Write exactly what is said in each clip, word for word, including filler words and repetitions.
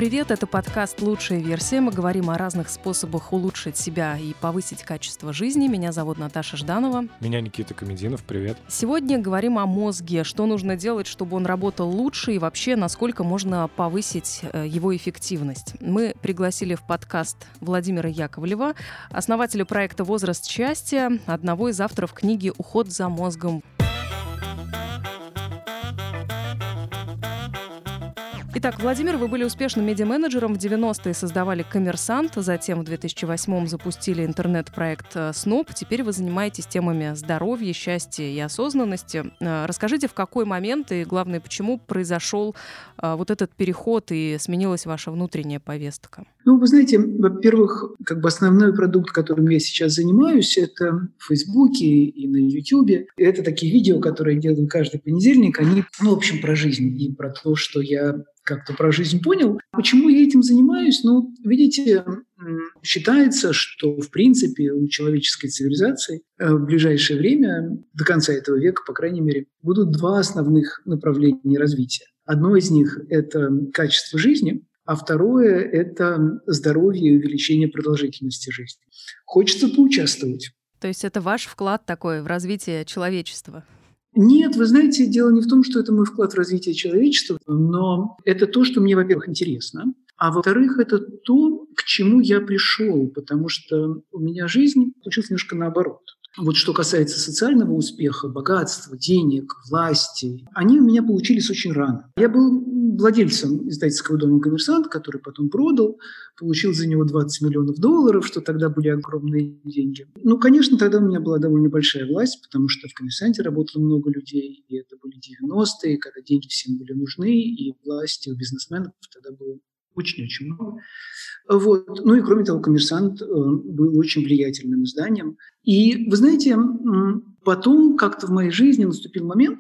привет! Это подкаст «Лучшая версия». Мы говорим о разных способах улучшить себя и повысить качество жизни. Меня зовут Наташа Жданова. Меня Никита Комединов. Привет. Сегодня говорим о мозге. Что нужно делать, чтобы он работал лучше и вообще, насколько можно повысить его эффективность. Мы пригласили в подкаст Владимира Яковлева, основателя проекта «Возраст счастья», одного из авторов книги «Уход за мозгом». Итак, Владимир, вы были успешным медиа-менеджером. В девяностые создавали «Коммерсант», затем в две тысячи восьмом запустили интернет-проект «Сноб». Теперь вы занимаетесь темами здоровья, счастья и осознанности. Расскажите, в какой момент и, главное, почему произошел вот этот переход и сменилась ваша внутренняя повестка? Ну, вы знаете, во-первых, как бы основной продукт, которым я сейчас занимаюсь, это в Фейсбуке и на Ютубе. Это такие видео, которые я делаю каждый понедельник. Они, ну, в общем, про жизнь и про то, что я как-то про жизнь понял. Почему я этим занимаюсь? Ну, видите, считается, что, в принципе, у человеческой цивилизации в ближайшее время, до конца этого века, по крайней мере, будут два основных направления развития. Одно из них – это качество жизни, а второе – это здоровье и увеличение продолжительности жизни. Хочется поучаствовать. То есть это ваш вклад такой в развитие человечества? Нет, вы знаете, дело не в том, что это мой вклад в развитие человечества, но это то, что мне, во-первых, интересно, а во-вторых, это то, к чему я пришел, потому что у меня жизнь получилась немножко наоборот. Вот что касается социального успеха, богатства, денег, власти, они у меня получились очень рано. Я был владельцем издательского дома «Коммерсант», который потом продал, получил за него двадцать миллионов долларов, что тогда были огромные деньги. Ну, конечно, тогда у меня была довольно большая власть, потому что в «Коммерсанте» работало много людей, и это были девяностые, когда деньги всем были нужны, и власти у бизнесменов тогда было очень-очень много. Вот. Ну и кроме того, «Коммерсант» был очень влиятельным изданием. И вы знаете, потом как-то в моей жизни наступил момент,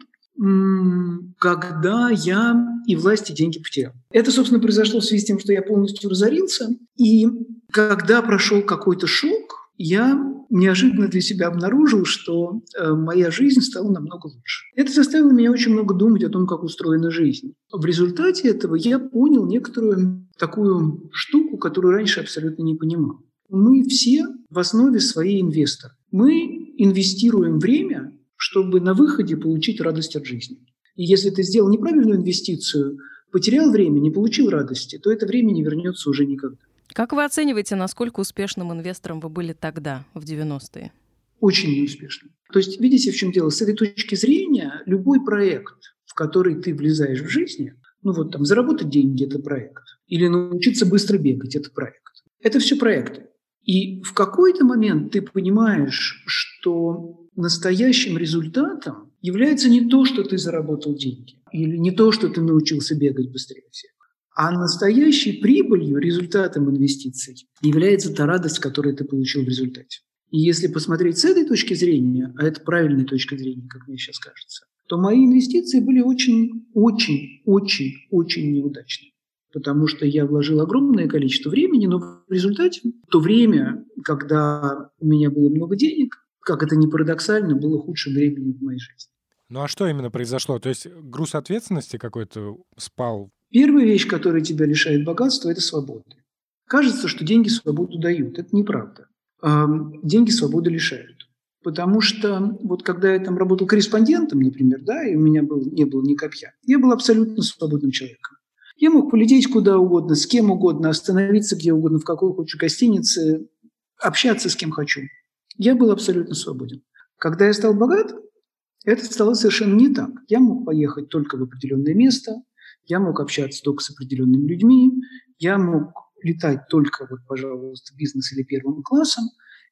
когда я и власть, и деньги потерял. Это, собственно, произошло в связи с тем, что я полностью разорился. И когда прошел какой-то шок, я неожиданно для себя обнаружил, что э, моя жизнь стала намного лучше. Это заставило меня очень много думать о том, как устроена жизнь. В результате этого я понял некоторую такую штуку, которую раньше абсолютно не понимал. Мы все в основе свои инвесторы. Мы инвестируем время, чтобы на выходе получить радость от жизни. И если ты сделал неправильную инвестицию, потерял время, не получил радости, то это время не вернется уже никогда. Как вы оцениваете, насколько успешным инвестором вы были тогда, в девяностые? Очень неуспешным. То есть, видите, в чем дело? С этой точки зрения, любой проект, в который ты влезаешь в жизни, ну вот там заработать деньги – это проект, или научиться быстро бегать – это проект. Это все проекты. И в какой-то момент ты понимаешь, что настоящим результатом является не то, что ты заработал деньги, или не то, что ты научился бегать быстрее всех. А настоящей прибылью, результатом инвестиций, является та радость, которую ты получил в результате. И если посмотреть с этой точки зрения, а это правильная точка зрения, как мне сейчас кажется, то мои инвестиции были очень, очень, очень, очень неудачны. Потому что я вложил огромное количество времени, но в результате то время, когда у меня было много денег, как это ни парадоксально, было худшим временем в моей жизни. Ну а что именно произошло? То есть груз ответственности какой-то спал? Первая вещь, которая тебя лишает богатства – это свобода. Кажется, что деньги свободу дают. Это неправда. Деньги свободу лишают. Потому что вот когда я там работал корреспондентом, например, да, и у меня был, не было ни копья, я был абсолютно свободным человеком. Я мог полететь куда угодно, с кем угодно, остановиться где угодно, в какой хочу гостинице, общаться с кем хочу. Я был абсолютно свободен. Когда я стал богат, это стало совершенно не так. Я мог поехать только в определенное место, я мог общаться только с определенными людьми, я мог летать только, вот, пожалуйста, бизнес или первым классом.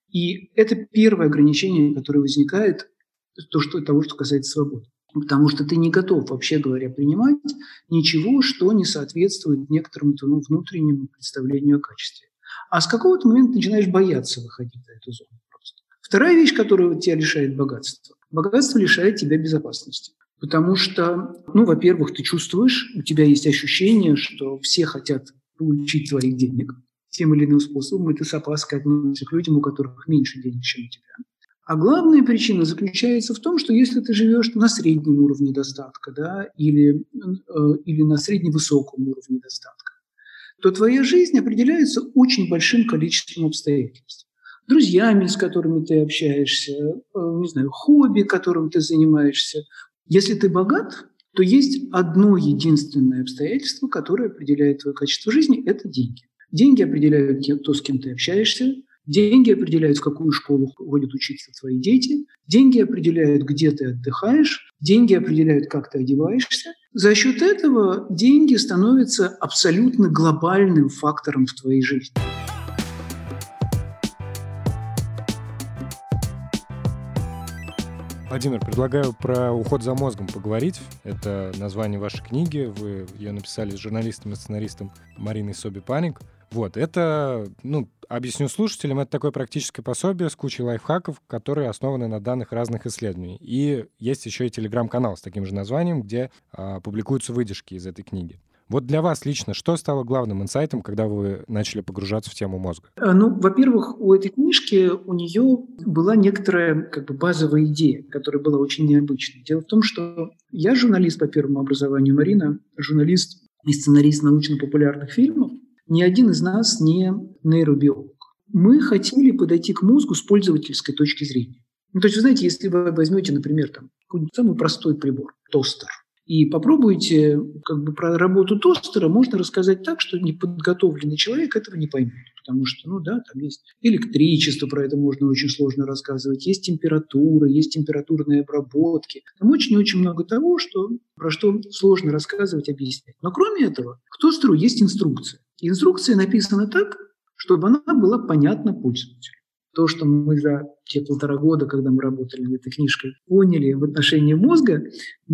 И это первое ограничение, которое возникает, то, что, того, что касается свободы. Потому что ты не готов, вообще говоря, принимать ничего, что не соответствует некоторому твоему внутреннему представлению о качестве. А с какого-то момента начинаешь бояться выходить на эту зону просто. Вторая вещь, которая тебя лишает богатства. Богатство лишает тебя безопасности. Потому что, ну, во-первых, ты чувствуешь, у тебя есть ощущение, что все хотят получить твоих денег тем или иным способом, и ты с опаской относишься к людям, у которых меньше денег, чем у тебя. А главная причина заключается в том, что если ты живешь на среднем уровне достатка, да, или, э, или на средневысоком уровне достатка, то твоя жизнь определяется очень большим количеством обстоятельств. Друзьями, с которыми ты общаешься, не знаю, хобби, которым ты занимаешься. Если ты богат, то есть одно единственное обстоятельство, которое определяет твое качество жизни – это деньги. Деньги определяют то, с кем ты общаешься. Деньги определяют, в какую школу ходят учиться твои дети. Деньги определяют, где ты отдыхаешь. Деньги определяют, как ты одеваешься. За счет этого деньги становятся абсолютно глобальным фактором в твоей жизни. Владимир, предлагаю про уход за мозгом поговорить. Это название вашей книги. Вы ее написали с журналистом и сценаристом Мариной Соби-Паник. Вот, это, ну, объясню слушателям, это такое практическое пособие с кучей лайфхаков, которые основаны на данных разных исследований. И есть еще и телеграм-канал с таким же названием, где а, публикуются выдержки из этой книги. Вот для вас лично что стало главным инсайтом, когда вы начали погружаться в тему мозга? Ну, во-первых, у этой книжки у нее была некоторая как бы базовая идея, которая была очень необычной. Дело в том, что я журналист по первому образованию, Марина журналист и сценарист научно-популярных фильмов. Ни один из нас не нейробиолог. Мы хотели подойти к мозгу с пользовательской точки зрения. Ну, то есть, вы знаете, если вы возьмете, например, там, какой-нибудь самый простой прибор, тостер, и попробуйте как бы про работу тостера можно рассказать так, что неподготовленный человек этого не поймет. Потому что, ну да, там есть электричество, про это можно очень сложно рассказывать, есть температура, есть температурные обработки. Там очень-очень много того, что, про что сложно рассказывать, объяснять. Но кроме этого, к тостеру есть инструкция. И инструкция написана так, чтобы она была понятна пользователю. То, что мы за те полтора года, когда мы работали над этой книжкой, поняли в отношении мозга,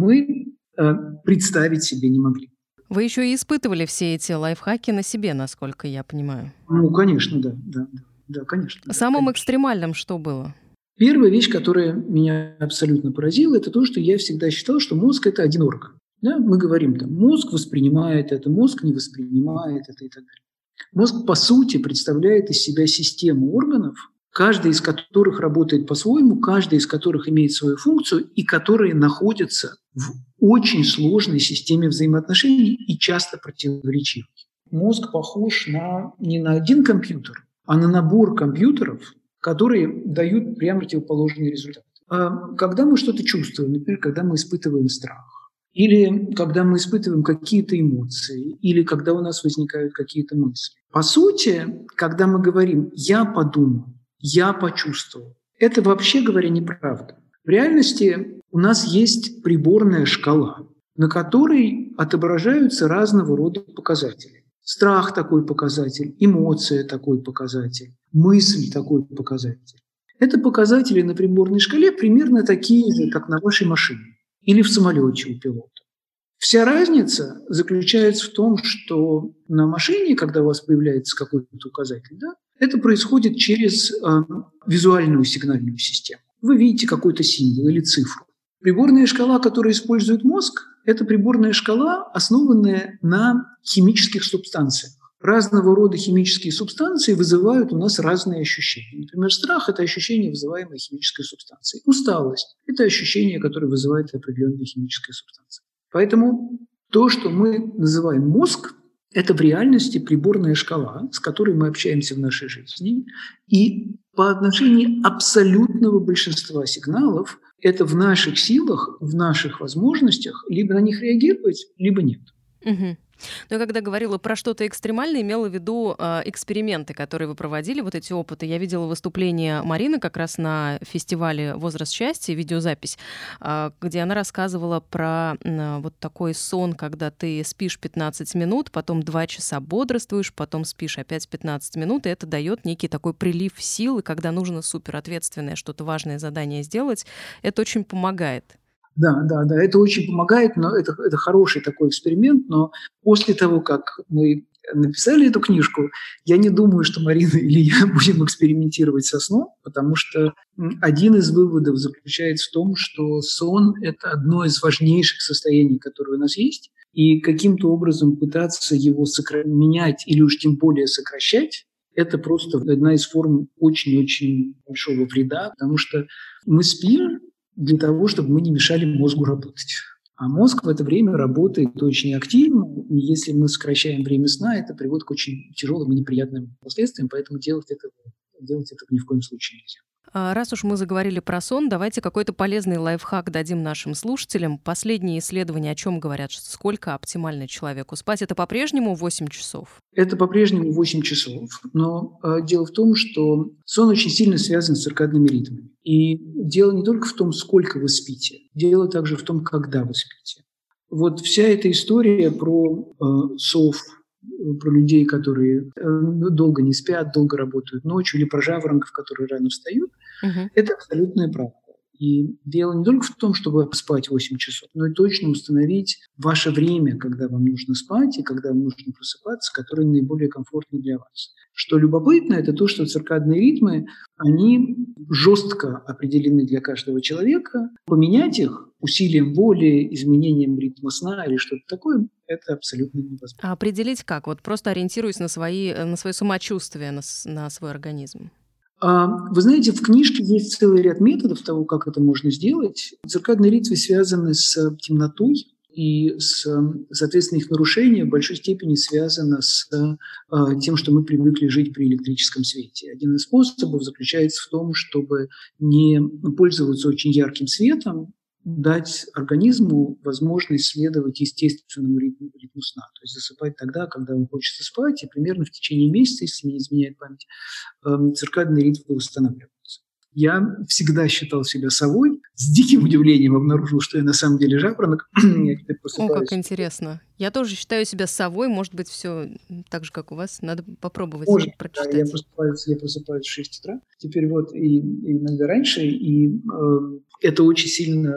мы э, представить себе не могли. Вы еще и испытывали все эти лайфхаки на себе, насколько я понимаю. Ну, конечно, да. да, да, да конечно. Самым да, конечно. экстремальным что было? Первая вещь, которая меня абсолютно поразила, это то, что я всегда считал, что мозг – это один орган. Да? Мы говорим, там, мозг воспринимает это, мозг не воспринимает это и так далее. Мозг, по сути, представляет из себя систему органов, каждый из которых работает по-своему, каждый из которых имеет свою функцию и которые находятся в очень сложной системе взаимоотношений и часто противоречивой. Мозг похож на, не на один компьютер, а на набор компьютеров, которые дают прямо противоположный результат. А когда мы что-то чувствуем, например, когда мы испытываем страх, или когда мы испытываем какие-то эмоции, или когда у нас возникают какие-то мысли. По сути, когда мы говорим «я подумал», «я почувствовал», это, вообще говоря, неправда. В реальности у нас есть приборная шкала, на которой отображаются разного рода показатели. Страх – такой показатель, эмоция – такой показатель, мысль – такой показатель. Это показатели на приборной шкале примерно такие же, как на вашей машине или в самолете у пилота. Вся разница заключается в том, что на машине, когда у вас появляется какой-то указатель, да, это происходит через э, визуальную сигнальную систему. Вы видите какой-то символ или цифру. Приборная шкала, которую использует мозг, это приборная шкала, основанная на химических субстанциях. Разного рода химические субстанции вызывают у нас разные ощущения. Например, страх – это ощущение, вызываемое химической субстанцией. Усталость – это ощущение, которое вызывает определенная химическая субстанция. Поэтому то, что мы называем мозг, это в реальности приборная шкала, с которой мы общаемся в нашей жизни. И по отношению абсолютного большинства сигналов это в наших силах, в наших возможностях либо на них реагировать, либо нет. Угу. Но я когда говорила про что-то экстремальное, имела в виду э, эксперименты, которые вы проводили, вот эти опыты. Я видела выступление Марины как раз на фестивале «Возраст счастья», видеозапись, э, где она рассказывала про э, вот такой сон, когда ты спишь пятнадцать минут, потом два часа бодрствуешь, потом спишь опять пятнадцать минут, и это дает некий такой прилив сил, и когда нужно суперответственное, что-то важное задание сделать, это очень помогает. Да, да, да, это очень помогает, но это, это хороший такой эксперимент, но после того, как мы написали эту книжку, я не думаю, что Марина или я будем экспериментировать со сном, потому что один из выводов заключается в том, что сон – это одно из важнейших состояний, которые у нас есть, и каким-то образом пытаться его сокра- менять или уж тем более сокращать – это просто одна из форм очень-очень большого вреда, потому что мы спим для того, чтобы мы не мешали мозгу работать. А мозг в это время работает очень активно, и если мы сокращаем время сна, это приводит к очень тяжелым и неприятным последствиям, поэтому делать это, делать это ни в коем случае нельзя. А раз уж мы заговорили про сон, давайте какой-то полезный лайфхак дадим нашим слушателям. Последние исследования о чем говорят? Сколько оптимально человеку спать? Это по-прежнему восемь часов? Это по-прежнему восемь часов, но э, дело в том, что сон очень сильно связан с циркадными ритмами. И дело не только в том, сколько вы спите, дело также в том, когда вы спите. Вот вся эта история про э, сов, про людей, которые долго не спят, долго работают ночью, или про жаворонков, которые рано встают, угу. Это абсолютная правда. И дело не только в том, чтобы спать восемь часов, но и точно установить ваше время, когда вам нужно спать и когда вам нужно просыпаться, которое наиболее комфортно для вас. Что любопытно, это то, что циркадные ритмы, они жестко определены для каждого человека. Поменять их усилием воли, изменением ритма сна или что-то такое, это абсолютно невозможно. А определить как? Вот просто ориентируясь на, свои, на свое самочувствие, на, на свой организм. Вы знаете, в книжке есть целый ряд методов того, как это можно сделать. Циркадные ритмы связаны с темнотой, и, с, соответственно, их нарушение в большой степени связано с тем, что мы привыкли жить при электрическом свете. Один из способов заключается в том, чтобы не пользоваться очень ярким светом, дать организму возможность следовать естественному ритму, ритму сна. То есть засыпать тогда, когда вам хочется спать, и примерно в течение месяца, если не изменяет память, циркадные ритмы восстанавливаются. Я всегда считал себя совой. С диким удивлением обнаружил, что я на самом деле жаворонок. Я теперь просыпаюсь. О, как интересно. Я тоже считаю себя совой. Может быть, все так же, как у вас. Надо попробовать Может, прочитать. Да, я, просыпаюсь, я просыпаюсь в шесть утра. Теперь вот и, и иногда раньше. И э, это очень сильно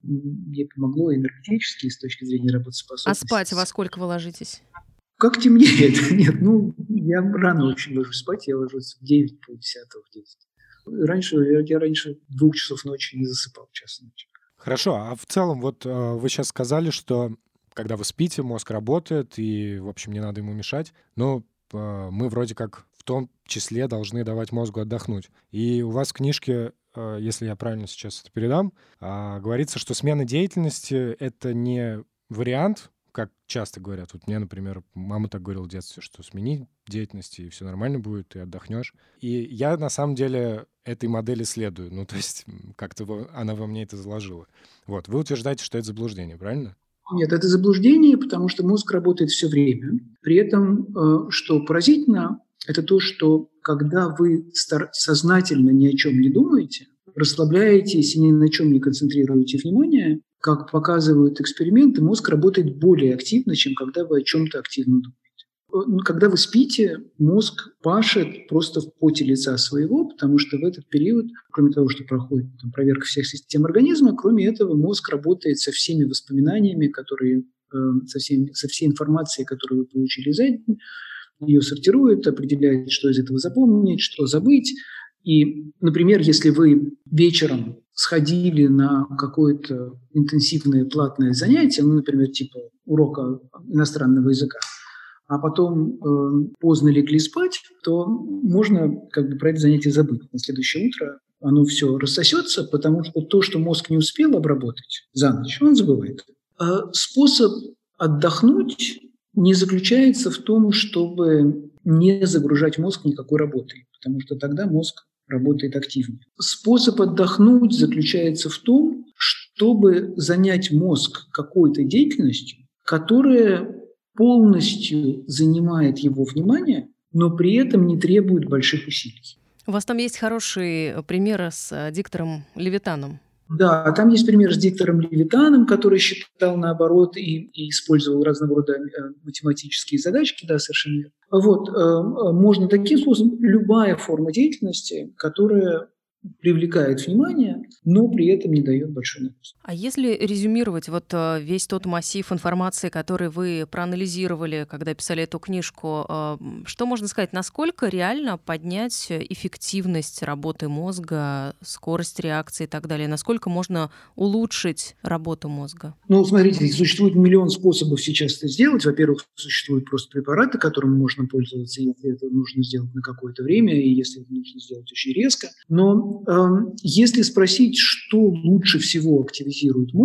мне помогло энергетически с точки зрения работоспособности. А спать во сколько вы ложитесь? Как темнеет. Нет, ну, я рано очень ложусь спать. Я ложусь в девять, полдесятого, в десять. Раньше, я раньше двух часов ночи не засыпал, час ночи. Хорошо, а в целом вот вы сейчас сказали, что когда вы спите, мозг работает, и, в общем, не надо ему мешать, но мы вроде как в том числе должны давать мозгу отдохнуть. И у вас в книжке, если я правильно сейчас это передам, говорится, что смена деятельности — это не вариант, как часто говорят. Вот мне, например, мама так говорила в детстве, что смени деятельность, и все нормально будет, и отдохнешь. И я, на самом деле, этой модели следую. Ну, то есть как-то она во мне это заложила. Вот. Вы утверждаете, что это заблуждение, правильно? Нет, это заблуждение, потому что мозг работает все время. При этом, что поразительно, это то, что когда вы сознательно ни о чем не думаете, расслабляетесь и ни на чем не концентрируете внимание, как показывают эксперименты, мозг работает более активно, чем когда вы о чем-то активно думаете. Когда вы спите, мозг пашет просто в поте лица своего, потому что в этот период, кроме того, что проходит там, проверка всех систем организма, кроме этого мозг работает со всеми воспоминаниями, которые, э, со, всеми, со всей информацией, которую вы получили за день, ее сортирует, определяет, что из этого запомнить, что забыть. И, например, если вы вечером сходили на какое-то интенсивное платное занятие, ну, например, типа урока иностранного языка, а потом э, поздно легли спать, то можно как бы про это занятие забыть. На следующее утро оно все рассосется, потому что то, что мозг не успел обработать за ночь, он забывает. А способ отдохнуть не заключается в том, чтобы не загружать мозг никакой работой, потому что тогда мозг работает активнее. Способ отдохнуть заключается в том, чтобы занять мозг какой-то деятельностью, которая полностью занимает его внимание, но при этом не требует больших усилий. У вас там есть хороший пример с диктором Левитаном. Да, там есть пример с диктором Левитаном, который считал наоборот и, и использовал разного рода математические задачки, да, совершенно верно. Вот, э, можно таким способом, любая форма деятельности, которая привлекает внимание, но при этом не дает большой нагрузки. А если резюмировать вот весь тот массив информации, который вы проанализировали, когда писали эту книжку, что можно сказать, насколько реально поднять эффективность работы мозга, скорость реакции и так далее? Насколько можно улучшить работу мозга? Ну, смотрите, существует миллион способов сейчас это сделать. Во-первых, существуют просто препараты, которыми можно пользоваться, если это нужно сделать на какое-то время, и если это нужно сделать очень резко. Но если спросить, что лучше всего активизирует мозг,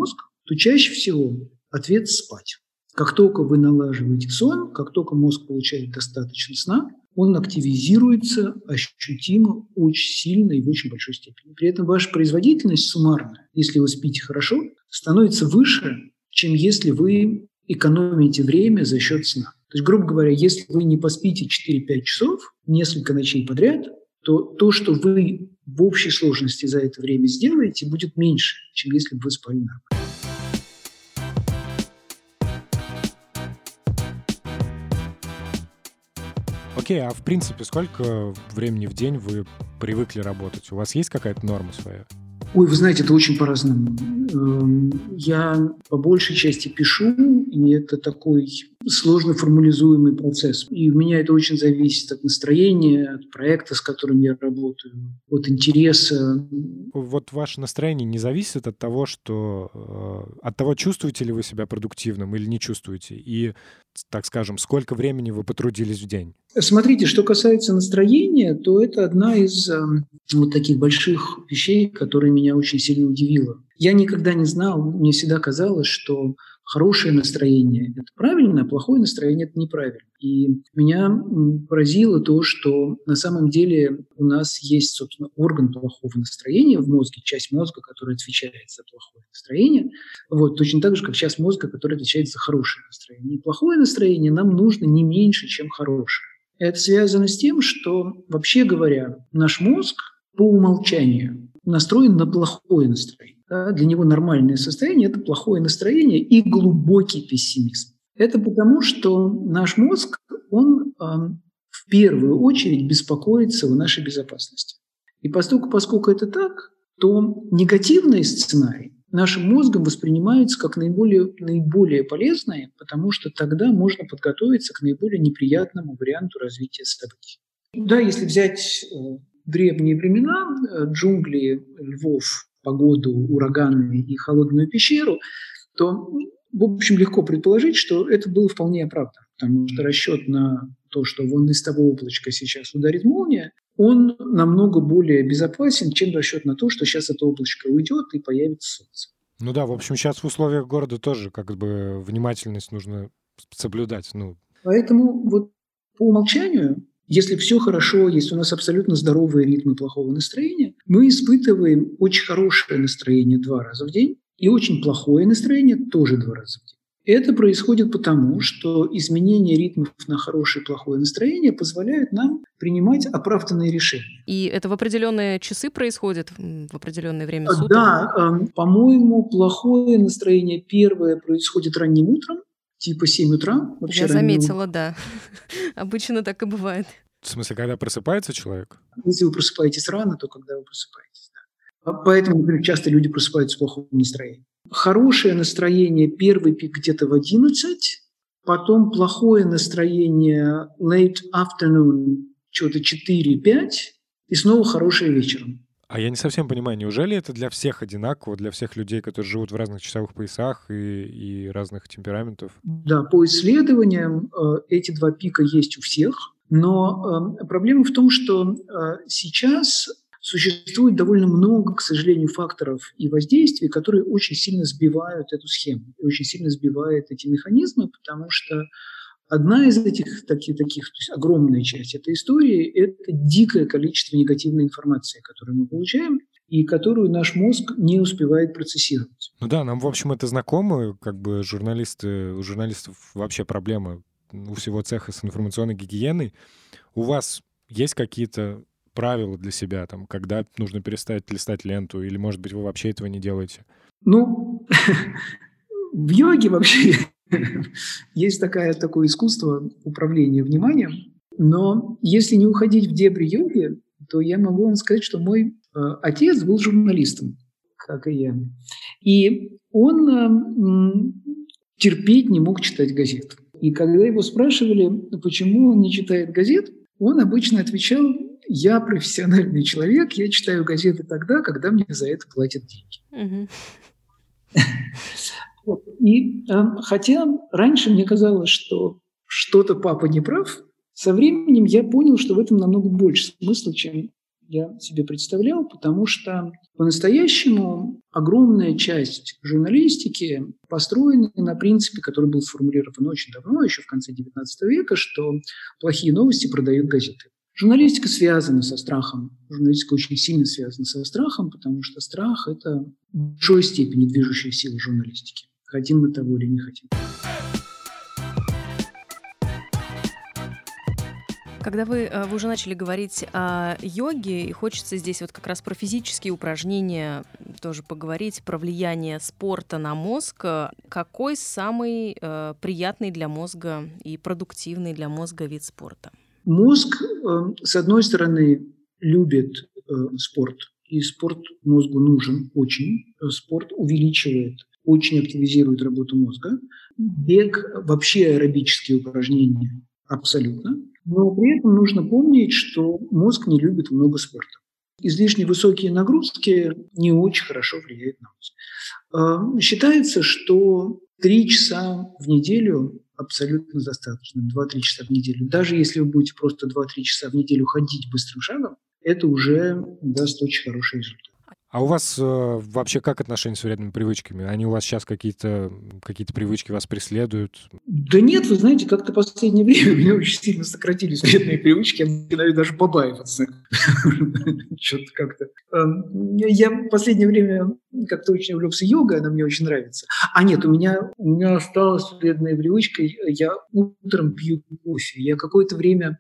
то чаще всего ответ – спать. Как только вы налаживаете сон, как только мозг получает достаточно сна, он активизируется ощутимо, очень сильно и в очень большой степени. При этом ваша производительность суммарная, если вы спите хорошо, становится выше, чем если вы экономите время за счет сна. То есть, грубо говоря, если вы не поспите четыре-пять часов, несколько ночей подряд, то то, что вы в общей сложности за это время сделаете, будет меньше, чем если бы вы спали нормально. Окей, а в принципе, сколько времени в день вы привыкли работать? У вас есть какая-то норма своя? Ой, вы знаете, это очень по-разному. Я по большей части пишу, и это такой сложно формализуемый процесс. И у меня это очень зависит от настроения, от проекта, с которым я работаю, от интереса. Вот ваше настроение не зависит от того, что от того, чувствуете ли вы себя продуктивным или не чувствуете, и, так скажем, сколько времени вы потрудились в день? Смотрите, что касается настроения, то это одна из э, вот таких больших вещей, которая меня очень сильно удивила. Я никогда не знал, мне всегда казалось, что хорошее настроение – это правильно, а плохое настроение – это неправильно. И меня поразило то, что на самом деле у нас есть, собственно, орган плохого настроения в мозге, часть мозга, которая отвечает за плохое настроение, вот, точно так же, как часть мозга, которая отвечает за хорошее настроение. И плохое настроение нам нужно не меньше, чем хорошее. Это связано с тем, что, вообще говоря, наш мозг по умолчанию настроен на плохое настроение. Да? Для него нормальное состояние – это плохое настроение и глубокий пессимизм. Это потому, что наш мозг, он э, в первую очередь беспокоится о нашей безопасности. И поскольку, поскольку это так, то негативные сценарии нашим мозгом воспринимаются как наиболее, наиболее полезные, потому что тогда можно подготовиться к наиболее неприятному варианту развития событий. Да, если взять э, древние времена, э, джунгли, львов, погоду, ураганы и холодную пещеру, то, в общем, легко предположить, что это было вполне оправдано, потому что расчет на то, что вон из того облачка сейчас ударит молния, он намного более безопасен, чем расчет на то, что сейчас это облачко уйдет и появится солнце. Ну да, в общем, сейчас в условиях города тоже как бы внимательность нужно соблюдать. Ну. Поэтому вот по умолчанию, если все хорошо, если у нас абсолютно здоровые ритмы плохого настроения, мы испытываем очень хорошее настроение два раза в день и очень плохое настроение тоже два раза в день. Это происходит потому, что изменение ритмов на хорошее и плохое настроение позволяют нам принимать оправданные решения. И это в определенные часы происходит, в определенное время суток? Да, э, по-моему, плохое настроение первое происходит ранним утром, типа семь утра. Я заметила, да. Обычно так и бывает. В смысле, когда просыпается человек? Если вы просыпаетесь рано, то когда вы просыпаетесь, да. Поэтому, например, часто люди просыпаются с плохим настроением. Хорошее настроение, первый пик где-то в одиннадцать, потом плохое настроение late afternoon, что-то четыре-пять, и снова хорошее вечером. А я не совсем понимаю, неужели это для всех одинаково, для всех людей, которые живут в разных часовых поясах и, и разных темпераментов? Да, по исследованиям эти два пика есть у всех, но проблема в том, что сейчас существует довольно много, к сожалению, факторов и воздействий, которые очень сильно сбивают эту схему, очень сильно сбивают эти механизмы, потому что одна из этих таких, таких то есть огромная часть этой истории – это дикое количество негативной информации, которую мы получаем, и которую наш мозг не успевает процессировать. Ну да, нам, в общем, это знакомо, как бы журналисты, у журналистов вообще проблема у всего цеха с информационной гигиеной. У вас есть какие-то правила для себя, там, когда нужно перестать листать ленту, или, может быть, вы вообще этого не делаете? Ну, в йоге вообще есть такое, такое искусство управления вниманием, но если не уходить в дебри йоги, то я могу вам сказать, что мой э, отец был журналистом, как и я. И он э, терпеть не мог читать газет. И когда его спрашивали, почему он не читает газет, он обычно отвечал: я профессиональный человек, я читаю газеты тогда, когда мне за это платят деньги. Вот. И э, хотя раньше мне казалось, что что-то папа не прав, со временем я понял, что в этом намного больше смысла, чем я себе представлял, потому что по-настоящему огромная часть журналистики построена на принципе, который был сформулирован очень давно, еще в конце девятнадцатого века, что плохие новости продают газеты. Журналистика связана со страхом. Журналистика очень сильно связана со страхом, потому что страх – это в большой степени движущая сила журналистики. Хотим мы того или не хотим. Когда вы, вы уже начали говорить о йоге, и хочется здесь вот как раз про физические упражнения тоже поговорить, про влияние спорта на мозг. Какой самый э, приятный для мозга и продуктивный для мозга вид спорта? Мозг, э, с одной стороны, любит э, спорт, и спорт мозгу нужен очень. Спорт увеличивает, очень активизирует работу мозга. Бег, вообще аэробические упражнения абсолютно. Но при этом нужно помнить, что мозг не любит много спорта. Излишне высокие нагрузки не очень хорошо влияют на мозг. Считается, что три часа в неделю абсолютно достаточно, два-три часа в неделю. Даже если вы будете просто два-три часа в неделю ходить быстрым шагом, это уже даст очень хороший результат. А у вас э, вообще как отношения с вредными привычками? Они у вас сейчас какие-то, какие-то привычки вас преследуют? Да нет, вы знаете, как-то в последнее время у меня очень сильно сократились вредные привычки. Я начинаю даже побаиваться. Что-то как-то. Я в последнее время как-то очень увлекся йогой, она мне очень нравится. А нет, у меня, у меня осталась вредная привычка. Я утром пью кофе. Я какое-то время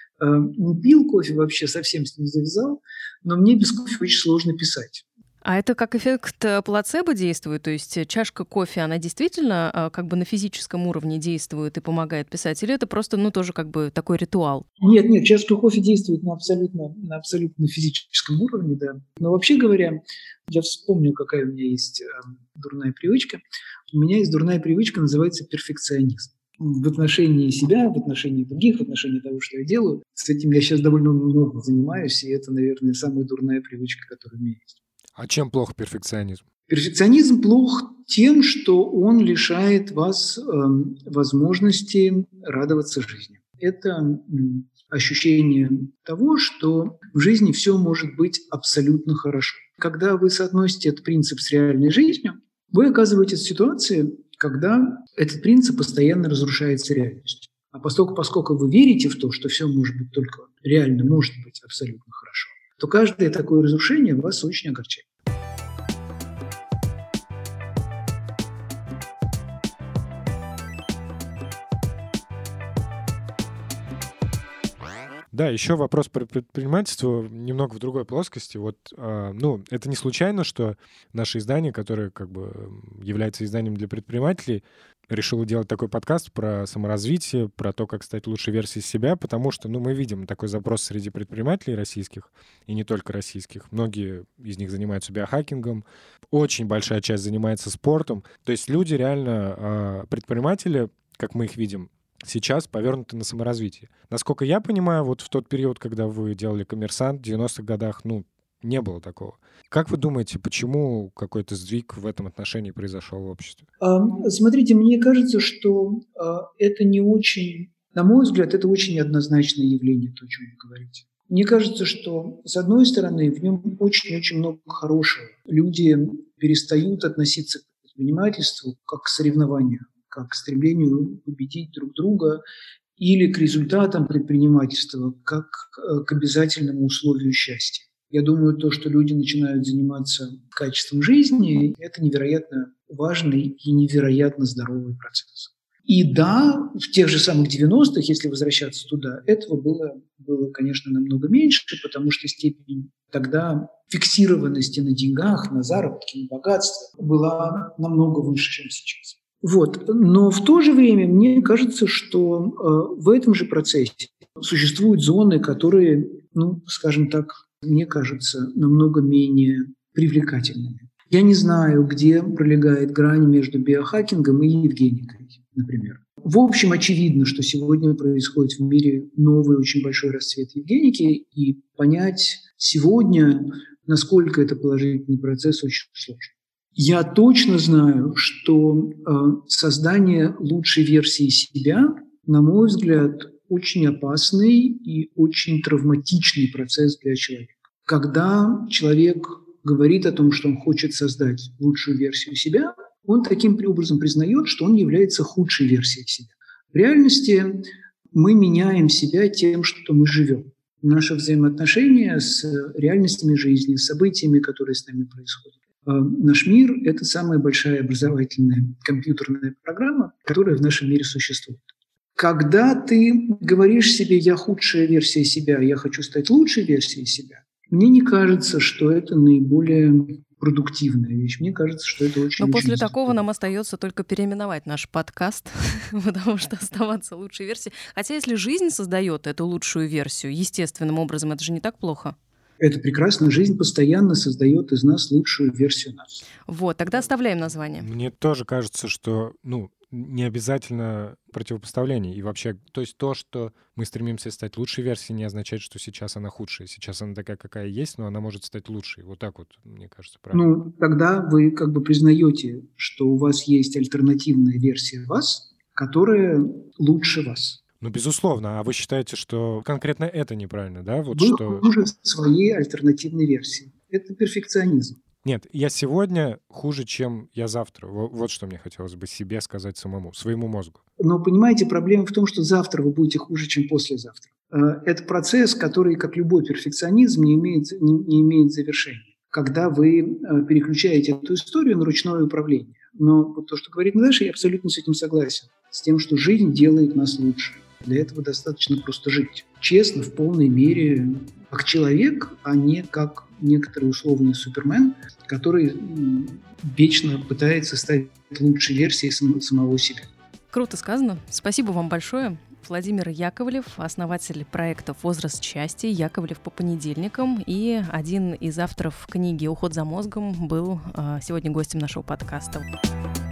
не пил кофе вообще, совсем с ним завязал, но мне без кофе очень сложно писать. А это как эффект плацебо действует? То есть чашка кофе, она действительно как бы на физическом уровне действует и помогает писать? Или это просто, ну, тоже как бы такой ритуал? Нет, нет, чашка кофе действует на абсолютно, на абсолютно физическом уровне, да. Но вообще говоря, я вспомнил, какая у меня есть э, дурная привычка. У меня есть дурная привычка, называется перфекционизм. В отношении себя, в отношении других, в отношении того, что я делаю. С этим я сейчас довольно много занимаюсь, и это, наверное, самая дурная привычка, которая у меня есть. А чем плох перфекционизм? Перфекционизм плох тем, что он лишает вас э, возможности радоваться жизни. Это э, ощущение того, что в жизни все может быть абсолютно хорошо. Когда вы соотносите этот принцип с реальной жизнью, вы оказываетесь в ситуации, когда этот принцип постоянно разрушается реальностью. А поскольку, поскольку вы верите в то, что все может быть только реально, может быть абсолютно хорошо, то каждое такое разрушение вас очень огорчает. Да, еще вопрос про предпринимательство немного в другой плоскости. Вот, э, ну, это не случайно, что наше издание, которое как бы является изданием для предпринимателей, решило делать такой подкаст про саморазвитие, про то, как стать лучшей версией себя, потому что, ну, мы видим такой запрос среди предпринимателей российских, и не только российских. Многие из них занимаются биохакингом, очень большая часть занимается спортом. То есть люди реально, э, предприниматели, как мы их видим, сейчас повернуты на саморазвитие. Насколько я понимаю, вот в тот период, когда вы делали «Коммерсант», в девяностых годах, ну, не было такого. Как вы думаете, почему какой-то сдвиг в этом отношении произошел в обществе? Смотрите, мне кажется, что это не очень, на мой взгляд, это очень неоднозначное явление, то, о чем вы говорите. Мне кажется, что, с одной стороны, в нем очень-очень много хорошего. Люди перестают относиться к предпринимательству как к соревнованию, как к стремлению победить друг друга или к результатам предпринимательства, как к обязательному условию счастья. Я думаю, то, что люди начинают заниматься качеством жизни, это невероятно важный и невероятно здоровый процесс. И да, в тех же самых девяностых, если возвращаться туда, этого было, было, конечно, намного меньше, потому что степень тогда фиксированности на деньгах, на заработке, на богатстве была намного выше, чем сейчас. Вот. Но в то же время мне кажется, что э, в этом же процессе существуют зоны, которые, ну, скажем так, мне кажется, намного менее привлекательными. Я не знаю, где пролегает грань между биохакингом и евгеникой, например. В общем, очевидно, что сегодня происходит в мире новый очень большой расцвет евгеники, и понять сегодня, насколько это положительный процесс, очень сложно. Я точно знаю, что э, создание лучшей версии себя, на мой взгляд, очень опасный и очень травматичный процесс для человека. Когда человек говорит о том, что он хочет создать лучшую версию себя, он таким образом признает, что он является худшей версией себя. В реальности мы меняем себя тем, что мы живем. Наши взаимоотношения с реальностями жизни, с событиями, которые с нами происходят. Наш мир – это самая большая образовательная компьютерная программа, которая в нашем мире существует. Когда ты говоришь себе «я худшая версия себя, я хочу стать лучшей версией себя», мне не кажется, что это наиболее продуктивная вещь. Мне кажется, что это очень... Но после такого нам остается только переименовать наш подкаст, потому что оставаться лучшей версией. Хотя если жизнь создает эту лучшую версию естественным образом, это же не так плохо. Это прекрасно. Жизнь постоянно создает из нас лучшую версию нас. Вот, тогда оставляем название. Мне тоже кажется, что, ну, не обязательно противопоставление. И вообще, то есть то, что мы стремимся стать лучшей версией, не означает, что сейчас она худшая. Сейчас она такая, какая есть, но она может стать лучшей. Вот так вот, мне кажется, правильно. Ну, тогда вы как бы признаете, что у вас есть альтернативная версия вас, которая лучше вас. Ну, безусловно. А вы считаете, что конкретно это неправильно, да? Вот вы что... хуже своей альтернативной версии. Это перфекционизм. Нет, я сегодня хуже, чем я завтра. Вот что мне хотелось бы себе сказать самому, своему мозгу. Но, понимаете, проблема в том, что завтра вы будете хуже, чем послезавтра. Это процесс, который, как любой перфекционизм, не имеет, не, не имеет завершения. Когда вы переключаете эту историю на ручное управление. Но вот то, что говорит Наташа, я абсолютно с этим согласен. С тем, что жизнь делает нас лучше. Для этого достаточно просто жить. Честно, в полной мере, как человек, а не как некоторый условный супермен, который вечно пытается стать лучшей версией сам, самого себя. Круто сказано. Спасибо вам большое. Владимир Яковлев, основатель проекта «Возраст счастья», Яковлев по понедельникам, и один из авторов книги «Уход за мозгом» был сегодня гостем нашего подкаста.